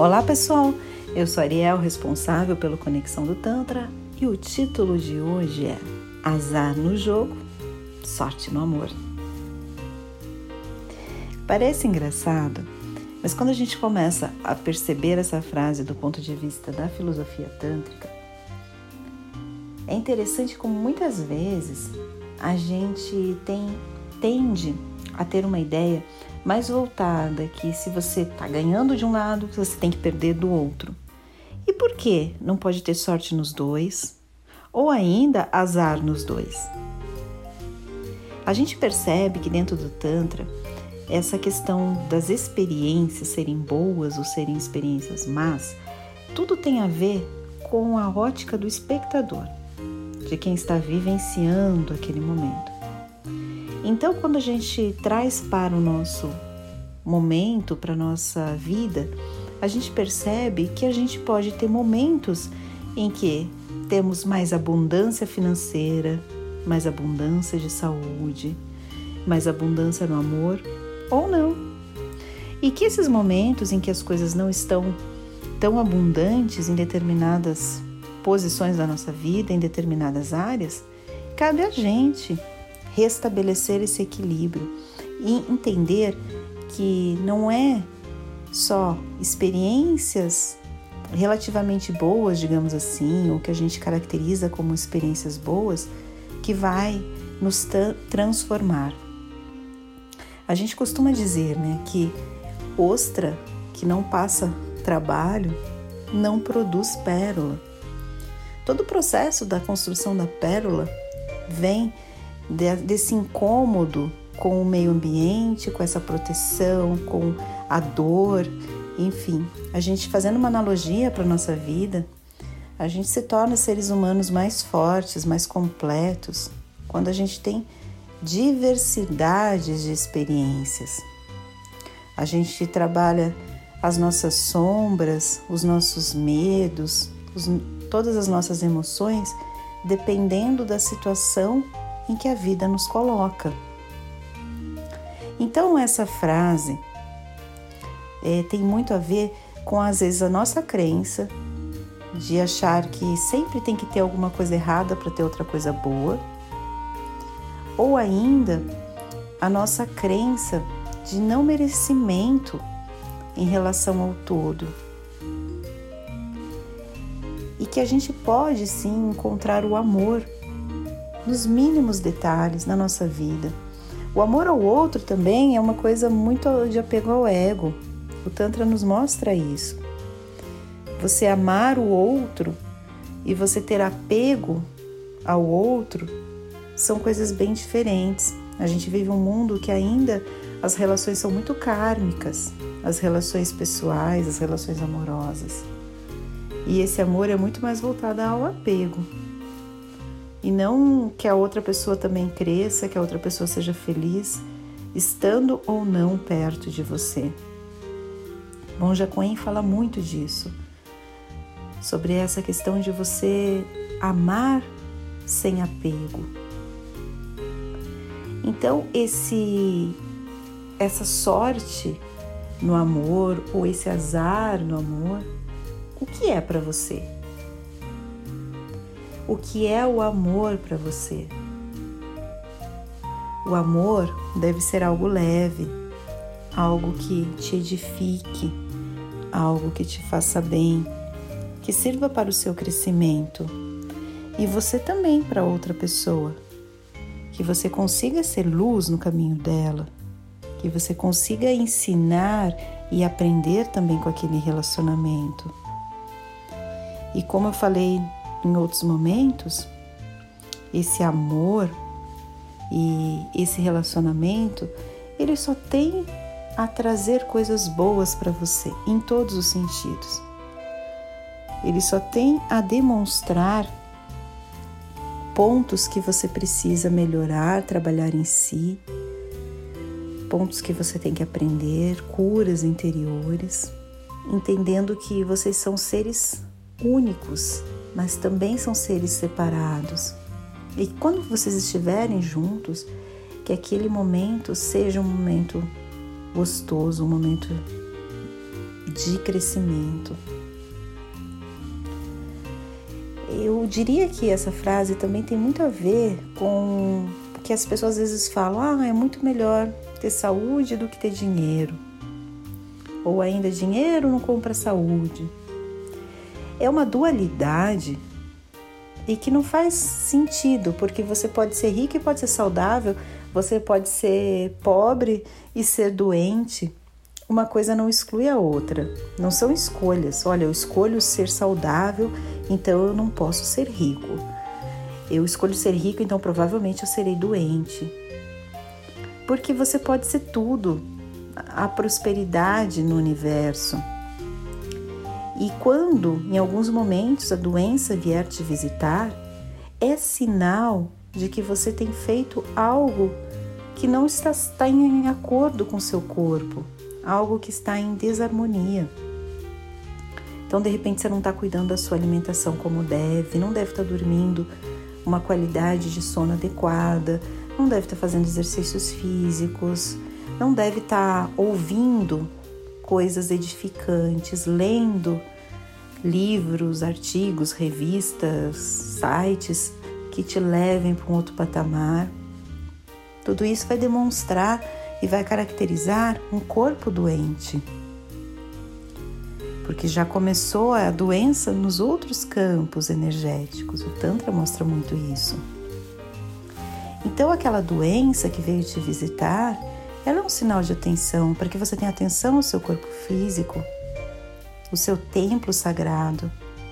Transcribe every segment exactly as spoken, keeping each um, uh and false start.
Olá pessoal, eu sou Ariel, responsável pelo Conexão do Tantra, e o título de hoje é Azar no jogo, sorte no amor. Parece engraçado, mas quando a gente começa a perceber essa frase do ponto de vista da filosofia tântrica, é interessante como muitas vezes a gente tem, tende a ter uma ideia mais voltada que se você está ganhando de um lado, você tem que perder do outro. E por que não pode ter sorte nos dois? Ou ainda azar nos dois? A gente percebe que dentro do Tantra, essa questão das experiências serem boas ou serem experiências más, tudo tem a ver com a ótica do espectador, de quem está vivenciando aquele momento. Então, quando a gente traz para o nosso momento, para a nossa vida, a gente percebe que a gente pode ter momentos em que temos mais abundância financeira, mais abundância de saúde, mais abundância no amor, ou não. E que esses momentos em que as coisas não estão tão abundantes em determinadas posições da nossa vida, em determinadas áreas, cabe a gente restabelecer esse equilíbrio e entender que não é só experiências relativamente boas, digamos assim, ou que a gente caracteriza como experiências boas, que vai nos tra- transformar. A gente costuma dizer, né, que ostra que não passa trabalho não produz pérola. Todo o processo da construção da pérola vem desse incômodo com o meio ambiente, com essa proteção, com a dor, enfim. A gente, fazendo uma analogia para a nossa vida, a gente se torna seres humanos mais fortes, mais completos, quando a gente tem diversidades de experiências. A gente trabalha as nossas sombras, os nossos medos, os, todas as nossas emoções, dependendo da situação em que a vida nos coloca. Então essa frase é, tem muito a ver com, às vezes, a nossa crença de achar que sempre tem que ter alguma coisa errada para ter outra coisa boa, ou ainda a nossa crença de não merecimento em relação ao todo. E que a gente pode sim encontrar o amor nos mínimos detalhes na nossa vida. O amor ao outro também é uma coisa muito de apego ao ego. O Tantra nos mostra isso. Você amar o outro e você ter apego ao outro são coisas bem diferentes. A gente vive um mundo que ainda as relações são muito kármicas, as relações pessoais, as relações amorosas. E esse amor é muito mais voltado ao apego. E não que a outra pessoa também cresça, que a outra pessoa seja feliz, estando ou não perto de você. Monja Coen fala muito disso, sobre essa questão de você amar sem apego. Então, esse, essa sorte no amor, ou esse azar no amor, o que é para você? O que é o amor para você? O amor deve ser algo leve, algo que te edifique, algo que te faça bem, que sirva para o seu crescimento e você também para outra pessoa, que você consiga ser luz no caminho dela, que você consiga ensinar e aprender também com aquele relacionamento. E como eu falei em outros momentos, esse amor e esse relacionamento, ele só tem a trazer coisas boas para você, em todos os sentidos. Ele só tem a demonstrar pontos que você precisa melhorar, trabalhar em si, pontos que você tem que aprender, curas interiores, entendendo que vocês são seres únicos, mas também são seres separados. E quando vocês estiverem juntos, que aquele momento seja um momento gostoso, um momento de crescimento. Eu diria que essa frase também tem muito a ver com o que as pessoas às vezes falam: ah, é muito melhor ter saúde do que ter dinheiro. Ou ainda, dinheiro não compra saúde. É uma dualidade e que não faz sentido, porque você pode ser rico e pode ser saudável, você pode ser pobre e ser doente. Uma coisa não exclui a outra, não são escolhas. Olha, eu escolho ser saudável, então eu não posso ser rico. Eu escolho ser rico, então provavelmente eu serei doente. Porque você pode ser tudo, a prosperidade no universo. E quando, em alguns momentos, a doença vier te visitar, é sinal de que você tem feito algo que não está, está em acordo com o seu corpo, algo que está em desarmonia. Então, de repente, você não está cuidando da sua alimentação como deve, não deve estar dormindo uma qualidade de sono adequada, não deve estar fazendo exercícios físicos, não deve estar ouvindo coisas edificantes, lendo livros, artigos, revistas, sites que te levem para um outro patamar. Tudo isso vai demonstrar e vai caracterizar um corpo doente, porque já começou a doença nos outros campos energéticos. O Tantra mostra muito isso. Então, aquela doença que veio te visitar, ela é um sinal de atenção, para que você tenha atenção ao seu corpo físico, o seu templo sagrado.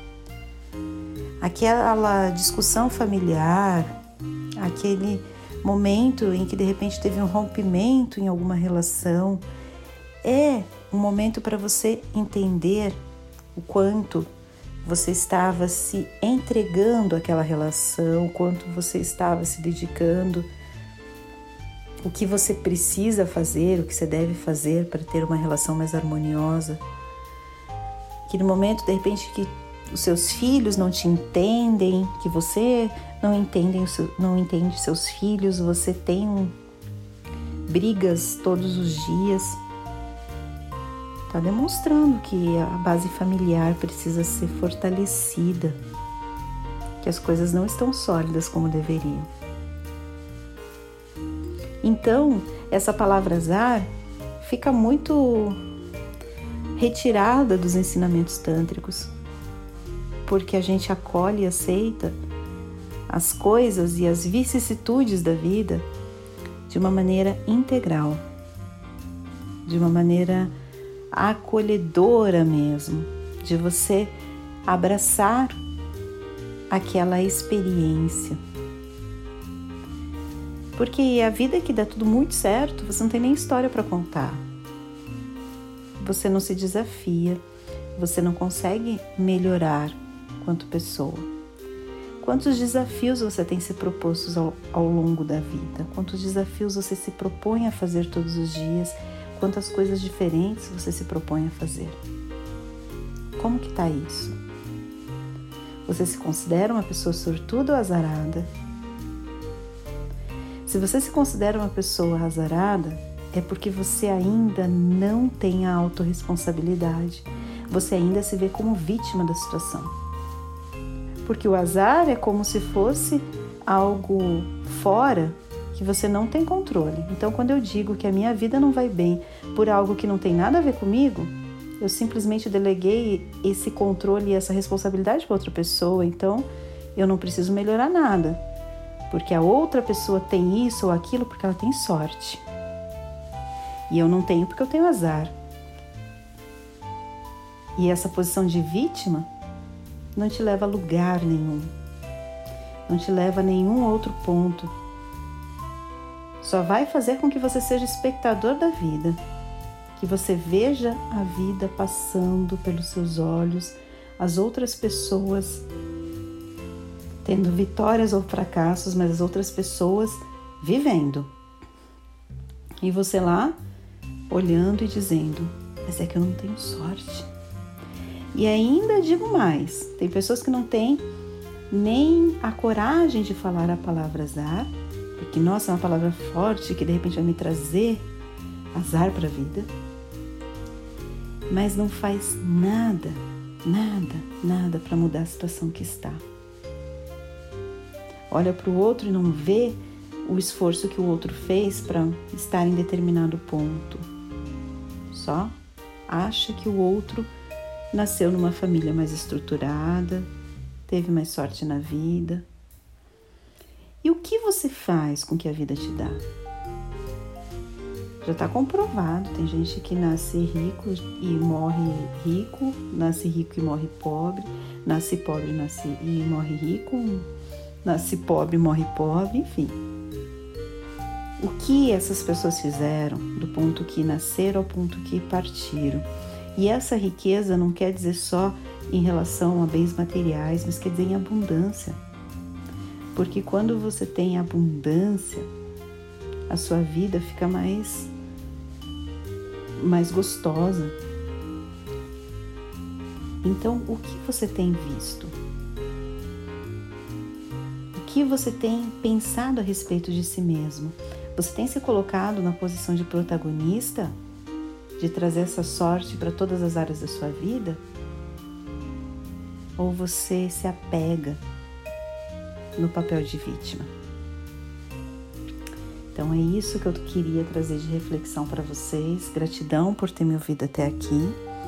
Aquela discussão familiar, aquele momento em que de repente teve um rompimento em alguma relação, é um momento para você entender o quanto você estava se entregando àquela relação, o quanto você estava se dedicando, o que você precisa fazer, o que você deve fazer para ter uma relação mais harmoniosa. Que no momento, de repente, que os seus filhos não te entendem, que você não entende, não entende seus filhos, você tem brigas todos os dias, está demonstrando que a base familiar precisa ser fortalecida, que as coisas não estão sólidas como deveriam. Então, essa palavra azar fica muito retirada dos ensinamentos tântricos, porque a gente acolhe e aceita as coisas e as vicissitudes da vida de uma maneira integral, de uma maneira acolhedora mesmo, de você abraçar aquela experiência. Porque a vida que dá tudo muito certo, você não tem nem história para contar. Você não se desafia, você não consegue melhorar quanto pessoa. Quantos desafios você tem se proposto ao, ao longo da vida? Quantos desafios você se propõe a fazer todos os dias? Quantas coisas diferentes você se propõe a fazer? Como que está isso? Você se considera uma pessoa sortuda ou azarada? Se você se considera uma pessoa azarada, é porque você ainda não tem a autorresponsabilidade. Você ainda se vê como vítima da situação. Porque o azar é como se fosse algo fora que você não tem controle. Então, quando eu digo que a minha vida não vai bem por algo que não tem nada a ver comigo, eu simplesmente deleguei esse controle e essa responsabilidade para outra pessoa. Então, eu não preciso melhorar nada, porque a outra pessoa tem isso ou aquilo porque ela tem sorte. E eu não tenho porque eu tenho azar. E essa posição de vítima não te leva a lugar nenhum. Não te leva a nenhum outro ponto. Só vai fazer com que você seja espectador da vida. Que você veja a vida passando pelos seus olhos, as outras pessoas tendo vitórias ou fracassos, mas as outras pessoas vivendo. E você lá, olhando e dizendo, mas é que eu não tenho sorte. E ainda digo mais, tem pessoas que não têm nem a coragem de falar a palavra azar, porque, nossa, é uma palavra forte que de repente vai me trazer azar para a vida. mas não faz nada, nada, nada para mudar a situação que está. Olha para o outro e não vê o esforço que o outro fez para estar em determinado ponto. Só acha que o outro nasceu numa família mais estruturada, teve mais sorte na vida. E o que você faz com o que a vida te dá? Já está comprovado, tem gente que nasce rico e morre rico, nasce rico e morre pobre, nasce pobre nasce e morre rico, nasce pobre e morre pobre, enfim. O que essas pessoas fizeram do ponto que nasceram ao ponto que partiram? E essa riqueza não quer dizer só em relação a bens materiais, mas quer dizer em abundância. Porque quando você tem abundância, a sua vida fica mais, mais gostosa. Então, o que você tem visto? O que você tem pensado a respeito de si mesmo? Você tem se colocado na posição de protagonista, de trazer essa sorte para todas as áreas da sua vida? Ou você se apega no papel de vítima? Então é isso que eu queria trazer de reflexão para vocês. Gratidão por ter me ouvido até aqui.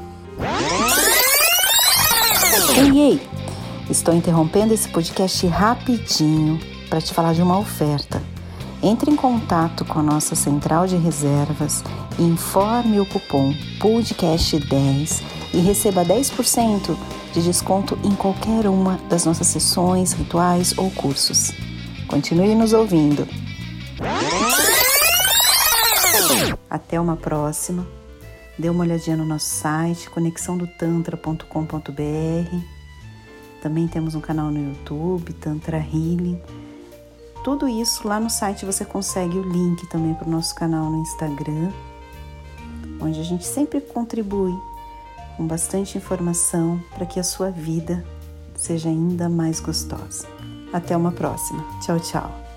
Ei, ei! Estou interrompendo esse podcast rapidinho para te falar de uma oferta. Entre em contato com a nossa central de reservas e informe o cupom podcast dez e receba dez por cento de desconto em qualquer uma das nossas sessões, rituais ou cursos. Continue nos ouvindo. Até uma próxima. Dê uma olhadinha no nosso site, conexão do tantra ponto com ponto b r. Também temos um canal no YouTube, Tantra Healing. Tudo isso lá no site você consegue o link também para o nosso canal no Instagram, onde a gente sempre contribui com bastante informação para que a sua vida seja ainda mais gostosa. Até uma próxima. Tchau, tchau.